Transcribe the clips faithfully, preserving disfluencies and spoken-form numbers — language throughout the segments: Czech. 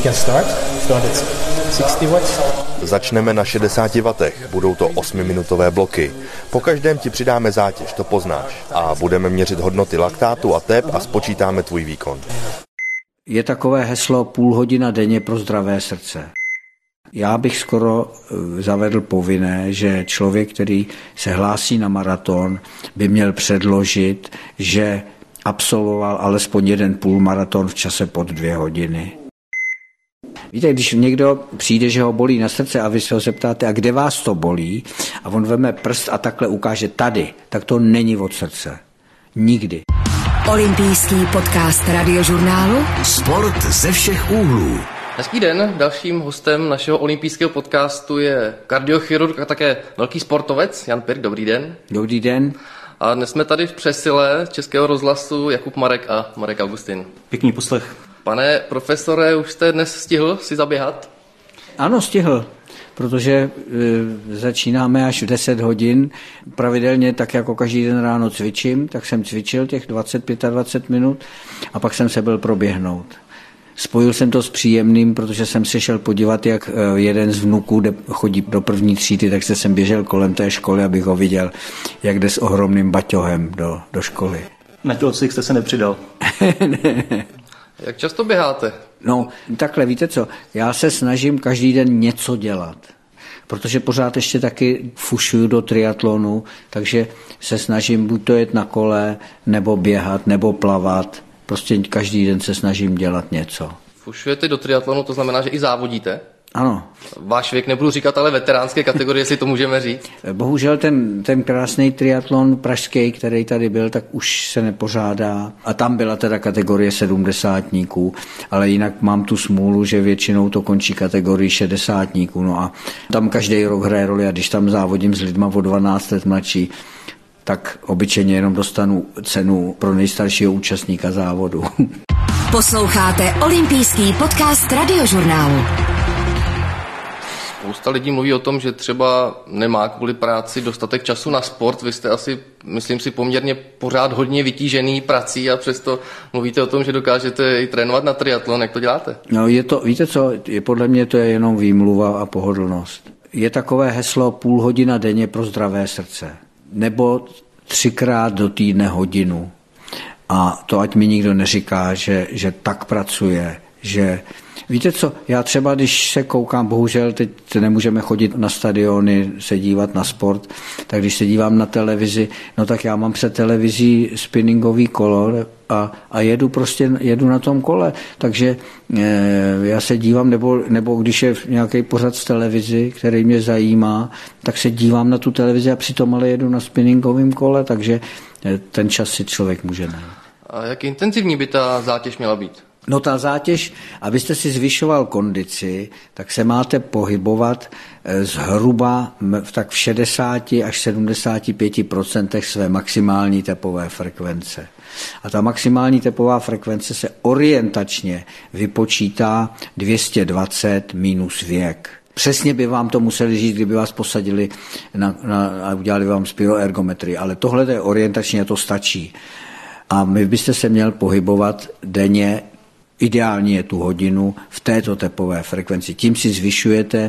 can start. Start at sixty watts. Začneme na šedesáti wattech, budou to osmiminutové bloky. Po každém ti přidáme zátěž, to poznáš. A budeme měřit hodnoty laktátu a tep a spočítáme tvůj výkon. Je takové heslo půl hodina denně pro zdravé srdce. Já bych skoro zavedl povinné, že člověk, který se hlásí na maraton, by měl předložit, že absolvoval alespoň jeden půlmaraton v čase pod dvě hodiny. Víte, když někdo přijde, že ho bolí na srdce a vy se ho zeptáte, a kde vás to bolí, a on veme prst a takhle ukáže tady, tak to není od srdce. Nikdy. Olympijský podcast Radiožurnálu. Sport ze všech úhlů. Hezký den, dalším hostem našeho olympijského podcastu je kardiochirurg a také velký sportovec Jan Pirk. Dobrý den. Dobrý den. A dnes jsme tady v přesile Českého rozhlasu Jakub Marek a Marek Augustin. Pěkný poslech. Pane profesore, už jste dnes stihl si zaběhat? Ano, stihl, protože e, začínáme až v deset hodin. Pravidelně, tak jako každý den ráno cvičím, tak jsem cvičil těch dvacet až dvacet pět minut a pak jsem se byl proběhnout. Spojil jsem to s příjemným, protože jsem se šel podívat, jak jeden z vnuků chodí do první třídy, tak jsem běžel kolem té školy, abych ho viděl, jak jde s ohromným baťohem do, do školy. Na tělocvik jste se nepřidal? Ne. Jak často běháte? No, takhle, víte co, já se snažím každý den něco dělat, protože pořád ještě taky fušuju do triatlonu, takže se snažím buď to jet na kole, nebo běhat, nebo plavat. Prostě každý den se snažím dělat něco. Fušujete do triatlonu, to znamená, že i závodíte? Ano. Váš věk nebudu říkat, ale veteránské kategorie, jestli to můžeme říct. Bohužel ten, ten krásný triatlon pražský, který tady byl, tak už se nepořádá. A tam byla teda kategorie sedmdesátníků, ale jinak mám tu smůlu, že většinou to končí kategorii šedesátníků. No a tam každý rok hraje roli a když tam závodím s lidma o dvanáct let mladší, tak obyčejně jenom dostanu cenu pro nejstaršího účastníka závodu. Posloucháte olympijský podcast Radiožurnálu. Spousta lidí mluví o tom, že třeba nemá kvůli práci dostatek času na sport. Vy jste asi, myslím si, poměrně pořád hodně vytížený prací a přesto mluvíte o tom, že dokážete i trénovat na triatlon. Jak to děláte? No je to, víte co, je, podle mě to je jenom výmluva a pohodlnost. Je takové heslo půl hodina denně pro zdravé srdce. Nebo třikrát do týdne hodinu. A to ať mi nikdo neříká, že, že tak pracuje, že... Víte co, já třeba, když se koukám, bohužel teď nemůžeme chodit na stadiony, se dívat na sport, tak když se dívám na televizi, no tak já mám před televizí spinningový kolo a, a jedu prostě, jedu na tom kole, takže e, já se dívám, nebo, nebo když je nějaký pořad z televizi, který mě zajímá, tak se dívám na tu televizi a přitom ale jedu na spinningovém kole, takže ten čas si člověk může najít. A jak intenzivní by ta zátěž měla být? No ta zátěž, abyste si zvyšoval kondici, tak se máte pohybovat zhruba v tak v šedesáti až sedmdesáti pěti procentech své maximální tepové frekvence. A ta maximální tepová frekvence se orientačně vypočítá dvě stě dvacet minus věk. Přesně by vám to museli říct, kdyby vás posadili na, na, a udělali vám spiroergometrii, ale tohle je orientačně, to stačí. A my byste se měl pohybovat denně, ideálně je tu hodinu v této tepové frekvenci. Tím si zvyšujete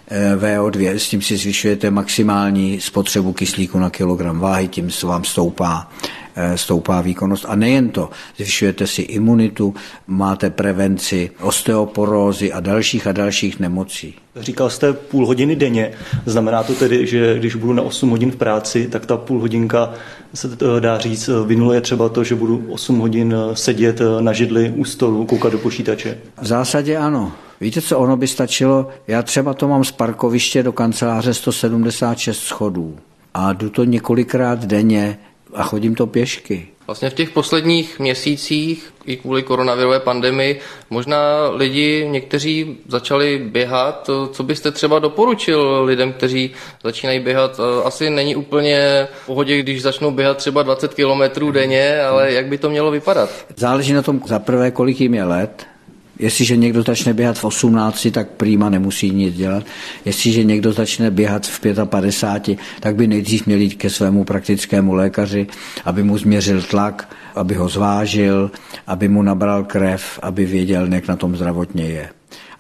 V O dva, s tím si zvyšujete maximální spotřebu kyslíku na kilogram váhy, tím se vám stoupá, stoupá výkonnost. A nejen to, zvyšujete si imunitu, máte prevenci osteoporózy a dalších a dalších nemocí. Říkal jste půl hodiny denně. Znamená to tedy, že když budu na osm hodin v práci, tak ta půl hodinka se dá říct, vynuluje třeba to, že budu osm hodin sedět na židli u stolu, koukat do počítače? V zásadě ano. Víte co, ono by stačilo, já třeba to mám z parkoviště do kanceláře sto sedmdesát šest schodů a jdu to několikrát denně a chodím to pěšky. Vlastně v těch posledních měsících i kvůli koronavirové pandemii možná lidi, někteří začali běhat. Co byste třeba doporučil lidem, kteří začínají běhat? Asi není úplně v pohodě, když začnou běhat třeba dvacet kilometrů denně, ale jak by to mělo vypadat? Záleží na tom za prvé, kolik jim je let. Jestliže někdo začne běhat v osmnácti, tak prýma nemusí nic dělat. Jestliže někdo začne běhat v padesát pěti, tak by nejdřív měl jít ke svému praktickému lékaři, aby mu změřil tlak, aby ho zvážil, aby mu nabral krev, aby věděl, jak na tom zdravotně je.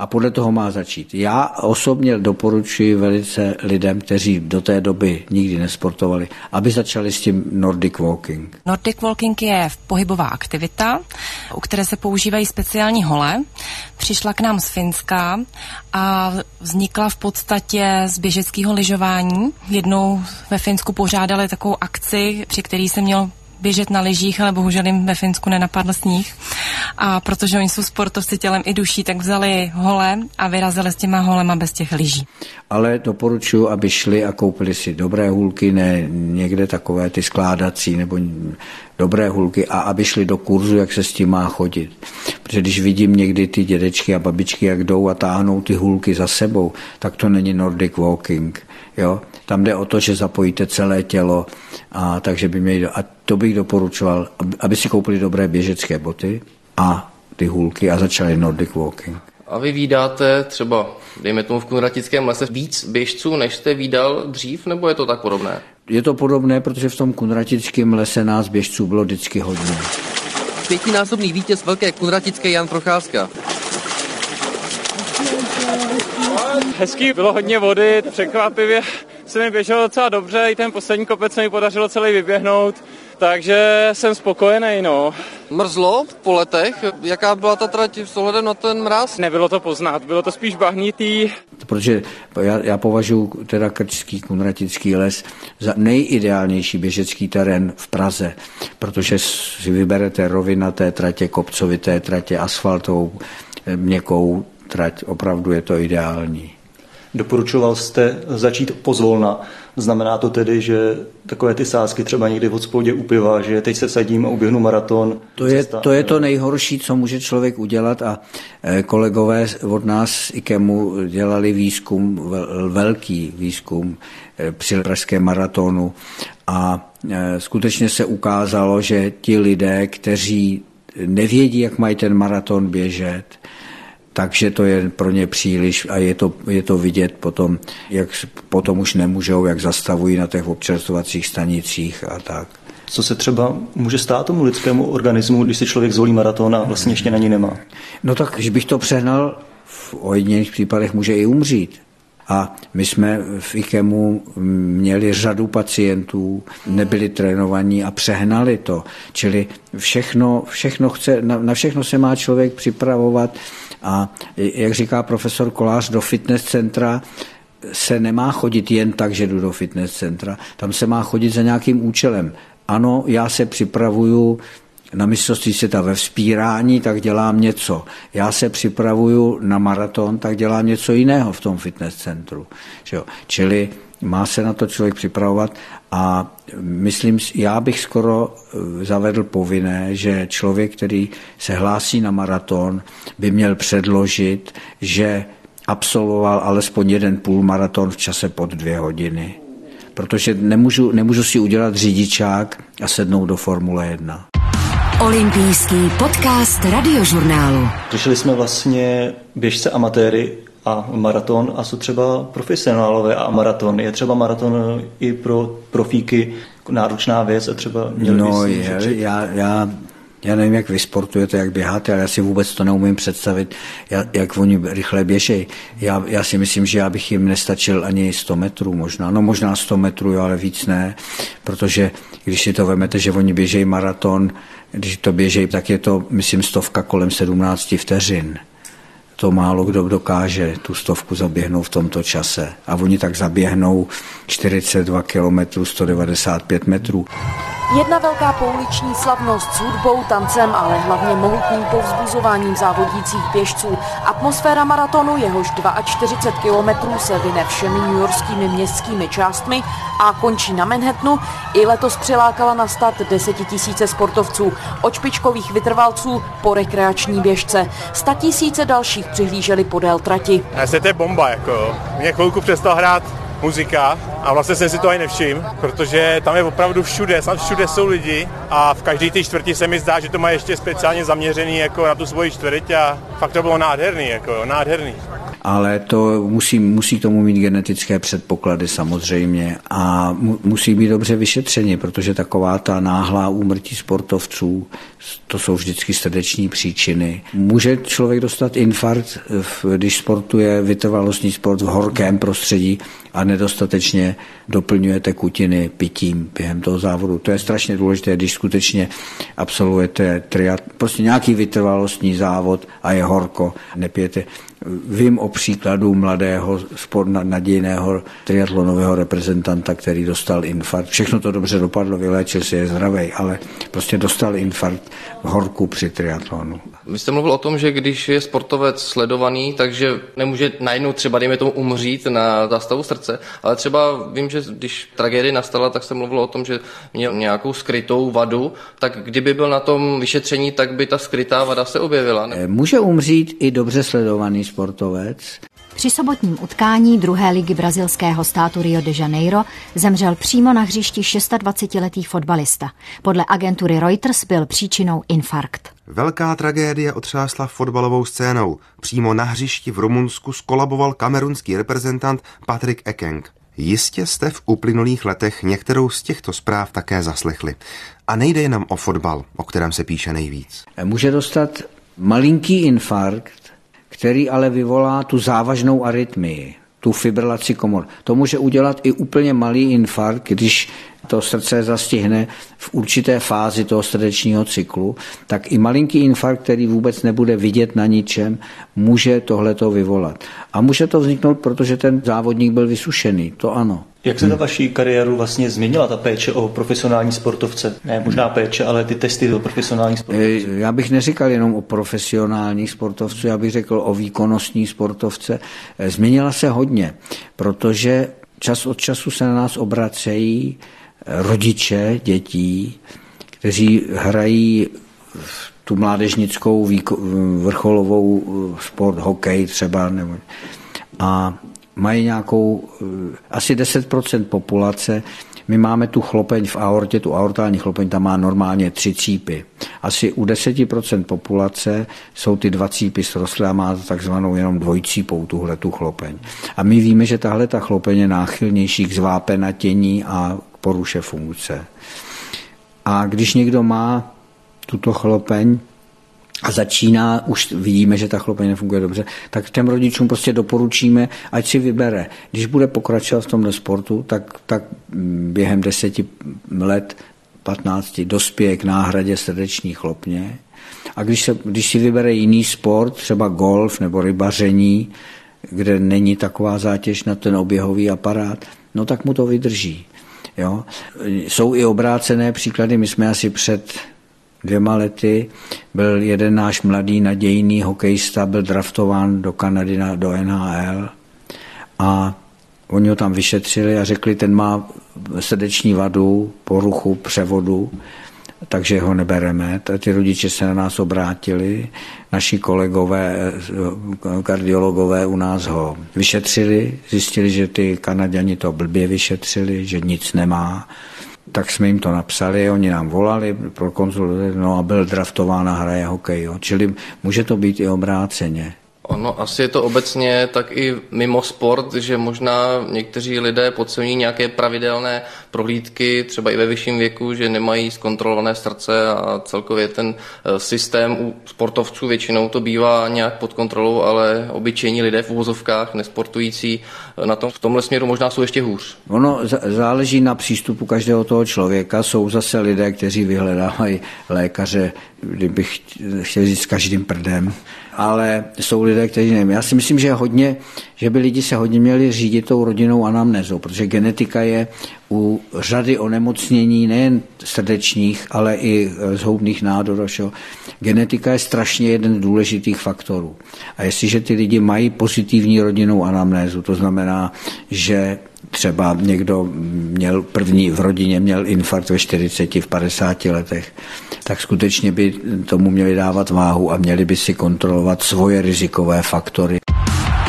a podle toho má začít. Já osobně doporučuji velice lidem, kteří do té doby nikdy nesportovali, aby začali s tím Nordic Walking. Nordic Walking je pohybová aktivita, u které se používají speciální hole. Přišla k nám z Finska a vznikla v podstatě z běžeckého lyžování. Jednou ve Finsku pořádali takovou akci, při který se mělo běžet na lyžích, ale bohužel jim ve Finsku nenapadl sníh. A protože oni jsou sportovci tělem i duší, tak vzali hole a vyrazili s těma holema bez těch lyží. Ale doporučuji, aby šli a koupili si dobré hůlky, ne někde takové ty skládací nebo dobré hůlky a aby šli do kurzu, jak se s tím má chodit. Protože když vidím někdy ty dědečky a babičky, jak jdou a táhnou ty hůlky za sebou, tak to není Nordic Walking. Jo? Tam jde o to, že zapojíte celé tělo, a takže by měli, a to bych doporučoval, aby si koupili dobré běžecké boty a ty hůlky a začali Nordic Walking. A vy vídáte třeba, dejme tomu v Kunratickém lese, víc běžců, než jste vídal dřív, nebo je to tak podobné? Je to podobné, protože v tom Kunratickém lese nás běžců bylo vždycky hodně. Pětinásobný vítěz Velké Kunratické Jan Procházka. Hezký, bylo hodně vody, překvapivě se mi běželo docela dobře, i ten poslední kopec se mi podařilo celý vyběhnout, takže jsem spokojený, no. Mrzlo po letech? Jaká byla ta trať s ohledem na ten mráz? Nebylo to poznat, bylo to spíš bahnitý. Protože já, já považuji teda Krčský Kunratický les za nejideálnější běžecký terén v Praze, protože si vyberete rovinaté tratě, kopcovité tratě, asfaltovou, měkkou trať, opravdu je to ideální. Doporučoval jste začít pozvolna. Znamená to tedy, že takové ty sázky třeba někdy v hospodě u piva, že teď se vsadím a uběhnu maraton. To je, to je to nejhorší, co může člověk udělat a kolegové od nás z IKEMu dělali výzkum, velký výzkum při pražském maratonu a skutečně se ukázalo, že ti lidé, kteří nevědí, jak mají ten maraton běžet, takže to je pro ně příliš a je to, je to vidět potom, jak potom už nemůžou, jak zastavují na těch občerstvovacích stanicích a tak. Co se třeba může stát tomu lidskému organismu, když si člověk zvolí maraton a vlastně ještě na ní nemá? No tak, když bych to přehnal, v ojedinělých případech může i umřít. A my jsme v IKEMu měli řadu pacientů, nebyli trénovaní a přehnali to. Čili všechno, všechno chce, na, na všechno se má člověk připravovat a jak říká profesor Kolář, do fitness centra se nemá chodit jen tak, že jdu do fitness centra. Tam se má chodit za nějakým účelem. Ano, já se připravuju na mistrovství světa ve vzpírání, tak dělám něco. Já se připravuju na maraton, tak dělám něco jiného v tom fitness centru. Čili má se na to člověk připravovat a myslím, já bych skoro zavedl povinné, že člověk, který se hlásí na maraton, by měl předložit, že absolvoval alespoň jeden půlmaraton v čase pod dvě hodiny. Protože nemůžu, nemůžu si udělat řidičák a sednout do Formule jedna. Olympijský podcast Radiožurnálu. Řešili jsme vlastně běžce amatéry a maraton a jsou třeba profesionálové a maraton. Je třeba maraton i pro profíky náročná věc a třeba měli no, je, já, já, já nevím, jak vy sportujete, jak běháte, ale já si vůbec to neumím představit, jak, jak oni rychle běžejí. Já, já si myslím, že já bych jim nestačil ani sto metrů možná. No možná sto metrů, jo, ale víc ne, protože když si to vemete, že oni běžejí maraton, když to běžejí, tak je to, myslím, stovka kolem sedmnáct vteřin. To málo kdo dokáže tu stovku zaběhnout v tomto čase. A oni tak zaběhnou čtyřicet dva kilometrů, sto devadesát pět metrů. Jedna velká pouliční slavnost s hudbou, tancem, ale hlavně mohutným povzbuzováním závodících běžců. Atmosféra maratonu, jehož čtyřicet dva kilometrů se vyne všemi newyorskými městskými částmi a končí na Manhattanu, i letos přilákala na start desetitisíce sportovců, od špičkových vytrvalců po rekreační běžce. Statisíce dalších přihlíželi podél trati. Asi to je bomba, jako. Mě chvilku přestal hrát muzika a vlastně jsem si to ani nevšiml, protože tam je opravdu všude, tam všude jsou lidi a v každé té čtvrti se mi zdá, že to má ještě speciálně zaměřený jako na tu svoji čtvrť a fakt to bylo nádherný, jako nádherný. Ale to musí, musí k tomu mít genetické předpoklady samozřejmě a mu, musí být dobře vyšetřeni, protože taková ta náhlá úmrtí sportovců, to jsou vždycky srdeční příčiny. Může člověk dostat infarkt, když sportuje vytrvalostní sport v horkém prostředí a nedostatečně doplňuje tekutiny pitím během toho závodu. To je strašně důležité, když skutečně absolvujete triat, prostě nějaký vytrvalostní závod a je horko, nepijete. Vím o příkladu mladého sport nadějného triatlonového reprezentanta, který dostal infarkt. Všechno to dobře dopadlo, vyléčil se, je zdravej, ale prostě dostal infarkt v horku při triatlonu. Vy jste mluvil o tom, že když je sportovec sledovaný, takže nemůže najednou třeba, dejme tomu, umřít na zástavu srdce, ale třeba vím, že když tragédie nastala, tak se mluvilo o tom, že měl nějakou skrytou vadu, tak kdyby byl na tom vyšetření, tak by ta skrytá vada se objevila. Ne? Může umřít i dobře sledovaný sportovec. Při sobotním utkání druhé ligy brazilského státu Rio de Janeiro zemřel přímo na hřišti dvacetišestiletý fotbalista. Podle agentury Reuters byl příčinou infarkt. Velká tragédie otřásla fotbalovou scénou. Přímo na hřišti v Rumunsku skolaboval kamerunský reprezentant Patrick Ekeng. Jistě jste v uplynulých letech některou z těchto zpráv také zaslechli. A nejde jenom o fotbal, o kterém se píše nejvíc. Může dostat malinký infarkt, který ale vyvolá tu závažnou arytmii, tu fibrilaci komor. To může udělat i úplně malý infarkt, když to srdce zastihne v určité fázi toho srdečního cyklu, tak i malinký infarkt, který vůbec nebude vidět na ničem, může tohleto vyvolat. A může to vzniknout, protože ten závodník byl vysušený, to ano. Jak se za vaší kariéru vlastně změnila ta péče o profesionální sportovce? Ne, možná péče, ale ty testy o profesionálních sportovců. Já bych neříkal jenom o profesionálních sportovců, já bych řekl o výkonnostní sportovce. Změnila se hodně, protože čas od času se na nás obracejí rodiče dětí, kteří hrají tu mládežnickou výko- vrcholovou sport, hokej třeba, nebo, a mají nějakou, asi deset procent populace, my máme tu chlopeň v aortě, tu aortální chlopeň, tam má normálně tři cípy. Asi u deset procent populace jsou ty dva cípy srostlé a má takzvanou jenom dvojcípou tuhle tu chlopeň. A my víme, že tahle ta chlopeň je náchylnější k zvápenatění a k poruše funkce. A když někdo má tuto chlopeň, a začíná, už vidíme, že ta chlopeň nefunguje dobře, tak těm rodičům prostě doporučíme, ať si vybere. Když bude pokračovat v tomhle sportu, tak, tak během deseti let, patnácti dospěje k náhradě srdeční chlopně. A když, se, když si vybere jiný sport, třeba golf nebo rybaření, kde není taková zátěž na ten oběhový aparát, no tak mu to vydrží. Jo? Jsou i obrácené příklady, my jsme asi před dvěma lety byl jeden náš mladý nadějný hokejista, byl draftován do Kanady, na, do N H L a oni ho tam vyšetřili a řekli, ten má srdeční vadu, poruchu převodu, takže ho nebereme. Ty rodiče se na nás obrátili, naši kolegové, kardiologové u nás ho vyšetřili, zjistili, že ty Kanaďani to blbě vyšetřili, že nic nemá. Tak jsme jim to napsali, oni nám volali pro konzultaci, no a byl draftován a hraje hokej. Jo. Čili může to být i obráceně. Ono asi je to obecně tak i mimo sport, že možná někteří lidé podceňují nějaké pravidelné prohlídky, třeba i ve vyšším věku, že nemají zkontrolované srdce a celkově ten systém u sportovců většinou to bývá nějak pod kontrolou, ale obyčejní lidé v uvozovkách, nesportující, na tom v tomhle směru možná jsou ještě hůř. Ono záleží na přístupu každého toho člověka. Jsou zase lidé, kteří vyhledávají lékaře, kdybych chtěl říct, s každým prdem, ale jsou lidé, kteří nevím. Já si myslím, že hodně, že by lidi se hodně měli řídit tou rodinnou anamnézou, protože genetika je u řady onemocnění, nejen srdečních, ale i zhoubných nádorů. Genetika je strašně jeden z důležitých faktorů. A jestliže ty lidi mají pozitivní rodinnou anamnézu, to znamená, že třeba někdo měl první v rodině měl infarkt ve čtyřiceti, v padesáti letech, tak skutečně by tomu měli dávat váhu a měli by si kontrolovat svoje rizikové faktory.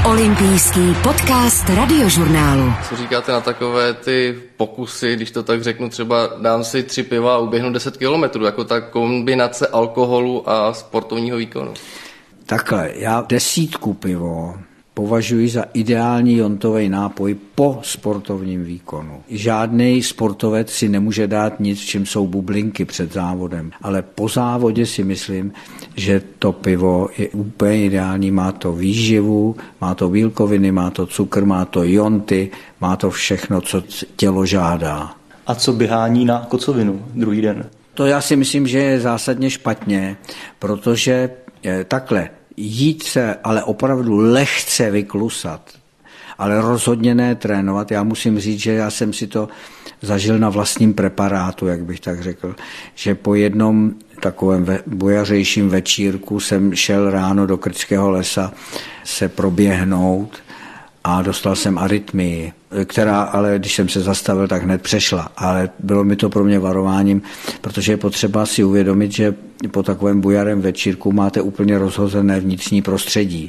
Olympijský podcast Radiožurnálu. Co říkáte na takové ty pokusy, když to tak řeknu, třeba dám si tři piva a uběhnu deset kilometrů, jako ta kombinace alkoholu a sportovního výkonu? Takhle, já desítku pivo považuji za ideální jontový nápoj po sportovním výkonu. Žádný sportovec si nemůže dát nic, v čem jsou bublinky před závodem, ale po závodě si myslím, že to pivo je úplně ideální, má to výživu, má to bílkoviny, má to cukr, má to jonty, má to všechno, co tělo žádá. A co běhání na kocovinu druhý den? To já si myslím, že je zásadně špatně, protože takhle, jít se ale opravdu lehce vyklusat, ale rozhodně ne trénovat. Já musím říct, že já jsem si to zažil na vlastním preparátu, jak bych tak řekl, že po jednom takovém ve, bojařejším večírku jsem šel ráno do Krčského lesa se proběhnout a dostal jsem arytmii, která ale, když jsem se zastavil, tak hned přešla. Ale bylo mi to pro mě varováním, protože je potřeba si uvědomit, že po takovém bujarém večírku máte úplně rozhozené vnitřní prostředí.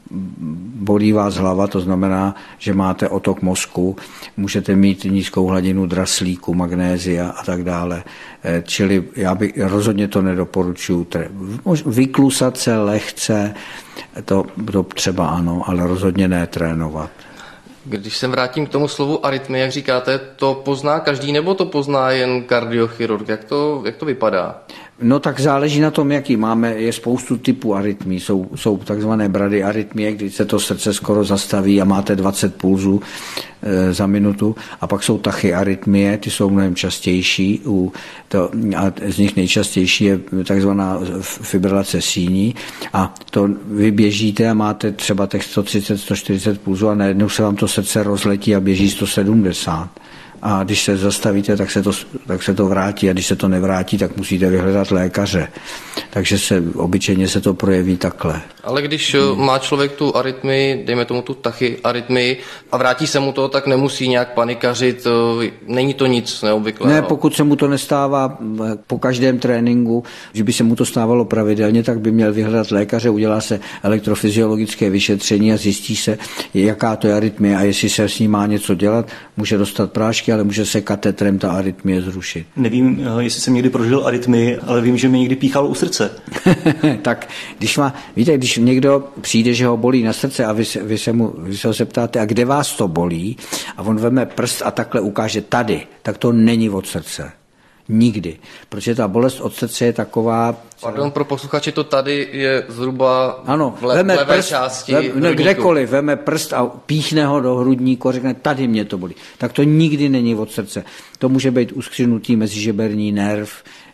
Bolí vás hlava, to znamená, že máte otok mozku, můžete mít nízkou hladinu draslíku, magnézia a tak dále. Čili já bych rozhodně to nedoporučuju. Vyklusat se lehce, to, to třeba ano, ale rozhodně ne trénovat. Když se vrátím k tomu slovu arytmie, jak říkáte, to pozná každý, nebo to pozná jen kardiochirurg? Jak to, jak to vypadá? No tak záleží na tom, jaký máme. Je spoustu typů arytmí. Jsou, jsou takzvané bradyarytmie, kdy se to srdce skoro zastaví a máte dvacet pulzů e, za minutu. A pak jsou tachyarytmie, ty jsou mnohem častější. U to, a z nich nejčastější je takzvaná fibrilace síní. A to vy běžíte a máte třeba těch sto třicet, sto čtyřicet pulzů a najednou se vám to srdce rozletí a běží sto sedmdesát. A když se zastavíte, tak se, to, tak se to vrátí a když se to nevrátí, tak musíte vyhledat lékaře. Takže se obyčejně se to projeví takhle. Ale když má člověk tu arytmii, dejme tomu tu tachyarytmii a vrátí se mu to, tak nemusí nějak panikařit, není to nic neobvyklého. Ne, pokud se mu to nestává po každém tréninku, že by se mu to stávalo pravidelně, tak by měl vyhledat lékaře, udělá se elektrofyziologické vyšetření a zjistí se, jaká to je arytmie a jestli se s ní má něco dělat, může dostat prášky, ale může se katetrem ta arytmie zrušit. Nevím, jestli jsem někdy prožil arytmii, ale vím, že mi někdy píchalo u srdce. Tak když má, víte, když někdo přijde, že ho bolí na srdce a vy se, vy se, mu, vy se ho zeptáte, a kde vás to bolí, a on veme prst a takhle ukáže tady, tak to není od srdce. Nikdy. Protože ta bolest od srdce je taková... Pardon, pro posluchače, to tady je zhruba ano, v, le, v levé prst, části vem, ne, kdekoliv, veme prst a píchne ho do hrudníku a řekne, tady mě to bolí. Tak to nikdy není od srdce. To může být uskřinutý mezižeberní nerv,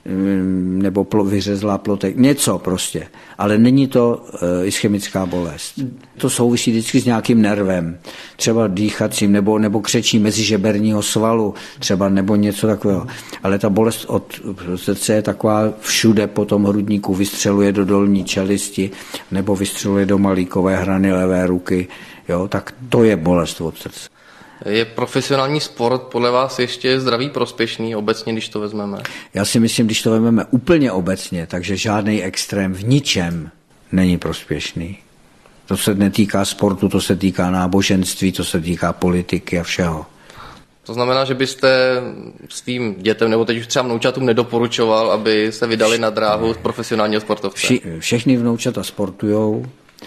nebo plo, vyřezlá plotek, něco prostě. Ale není to e, ischemická bolest. To souvisí vždycky s nějakým nervem, třeba dýchacím, nebo, nebo křečí mezižeberního svalu, třeba nebo něco takového. Ale ta bolest od srdce je taková všude po tom hrudníku, vystřeluje do dolní čelisti, nebo vystřeluje do malíkové hrany levé ruky. Jo? Tak to je bolest od srdce. Je profesionální sport podle vás ještě zdravý, prospěšný obecně, když to vezmeme? Já si myslím, když to vezmeme úplně obecně, takže žádný extrém v ničem není prospěšný. To se netýká sportu, to se týká náboženství, to se týká politiky a všeho. To znamená, že byste svým dětem nebo teď už třeba vnoučatům nedoporučoval, aby se vydali na dráhu profesionálního sportovce? Vši, všechny vnoučata sportujou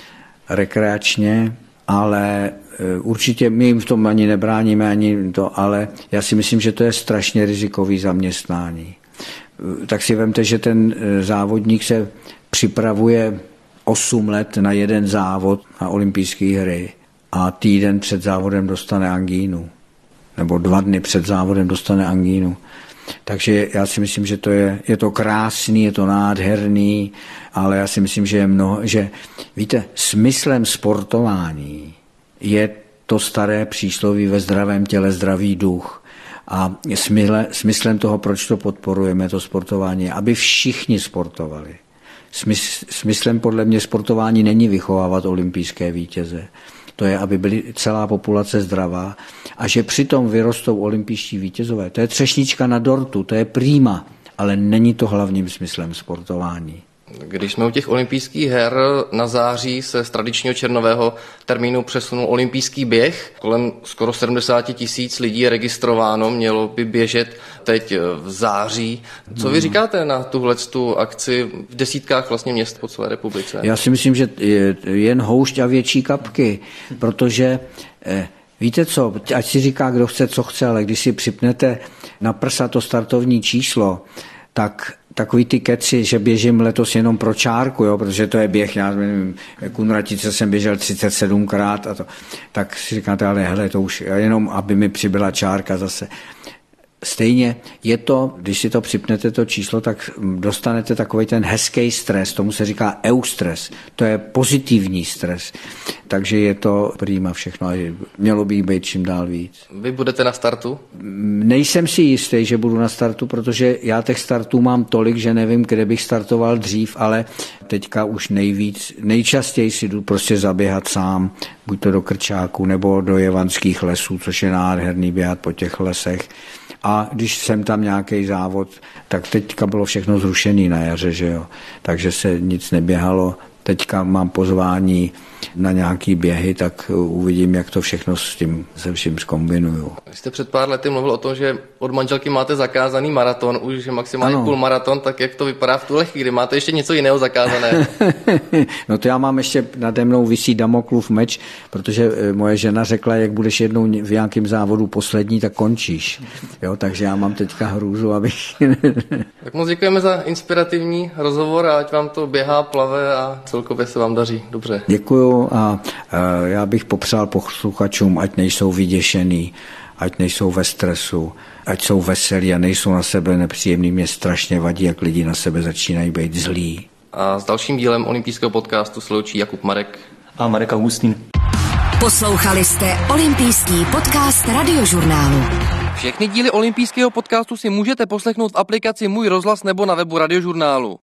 rekreačně, ale určitě my jim v tom ani nebráníme, ani to, ale já si myslím, že to je strašně rizikový zaměstnání. Tak si vemte, že ten závodník se připravuje osm let na jeden závod na olympijské hry a týden před závodem dostane angínu. Nebo dva dny před závodem dostane angínu. Takže já si myslím, že to je, je to krásný, je to nádherný, ale já si myslím, že je mnoho, že víte, smyslem sportování je to staré přísloví ve zdravém těle zdravý duch. A smysle, smyslem toho, proč to podporujeme, to sportování, aby všichni sportovali. Smysl, smyslem podle mě sportování není vychovávat olympijské vítěze. To je, aby byly celá populace zdravá a že přitom vyrostou olympijští vítězové. To je třešnička na dortu, to je prýma, ale není to hlavním smyslem sportování. Když jsme u těch olympijských her, na září se z tradičního červnového termínu přesunul olympijský běh. Kolem skoro sedmdesát tisíc lidí je registrováno, mělo by běžet teď v září. Co vy říkáte na tuhletu akci v desítkách vlastně měst po celé republice? Já si myslím, že jen houšť a větší kapky, protože víte co, ať si říká, kdo chce, co chce, ale když si připnete na prsa to startovní číslo, tak takový ty keci, že běžím letos jenom pro čárku, jo, protože to je běh, já nevím, Kunratice jsem běžel třicet sedmkrát a to, tak si říkáte, ale hele, to už jenom, aby mi přibyla čárka zase. Stejně je to, když si to připnete to číslo, tak dostanete takový ten hezký stres, tomu se říká eustres, to je pozitivní stres, takže je to prýma všechno a mělo by být čím dál víc. Vy budete na startu? Nejsem si jistý, že budu na startu, protože já těch startů mám tolik, že nevím, kde bych startoval dřív, ale teďka už nejvíc, nejčastěji si jdu prostě zaběhat sám, buď to do Krčáku nebo do Jevanských lesů, což je nádherný běhat po těch lesech. A když jsem tam nějaký závod, tak teďka bylo všechno zrušený na jaře, že jo. Takže se nic neběhalo. Teďka mám pozvání na nějaký běhy, tak uvidím, jak to všechno s tím se vším zkombinuju. Vy jste před pár lety mluvil o tom, že od manželky máte zakázaný maraton, už je maximálně ano. Půlmaraton, tak jak to vypadá v tuhle chvíli? Máte ještě něco jiného zakázané? No to já mám ještě, nade mnou visí Damoklův meč, protože moje žena řekla, jak budeš jednou v nějakém závodu poslední, tak končíš. Jo, takže já mám teďka hrůzu, abych... Tak moc děkujeme za inspirativní rozhovor a ať vám to běhá, plave a celkově se vám daří dobře. Děkuju a já bych popřál posluchačům, ať nejsou vyděšený, ať nejsou ve stresu, ať jsou veselí a nejsou na sebe nepříjemný. Mě strašně vadí, jak lidi na sebe začínají být zlí. A s dalším dílem olympijského podcastu se loučí Jakub Marek a Marek Augustín. Poslouchali jste olympijský podcast Radiožurnálu. Všechny díly olympijského podcastu si můžete poslechnout v aplikaci Můj rozhlas nebo na webu Radiožurnálu.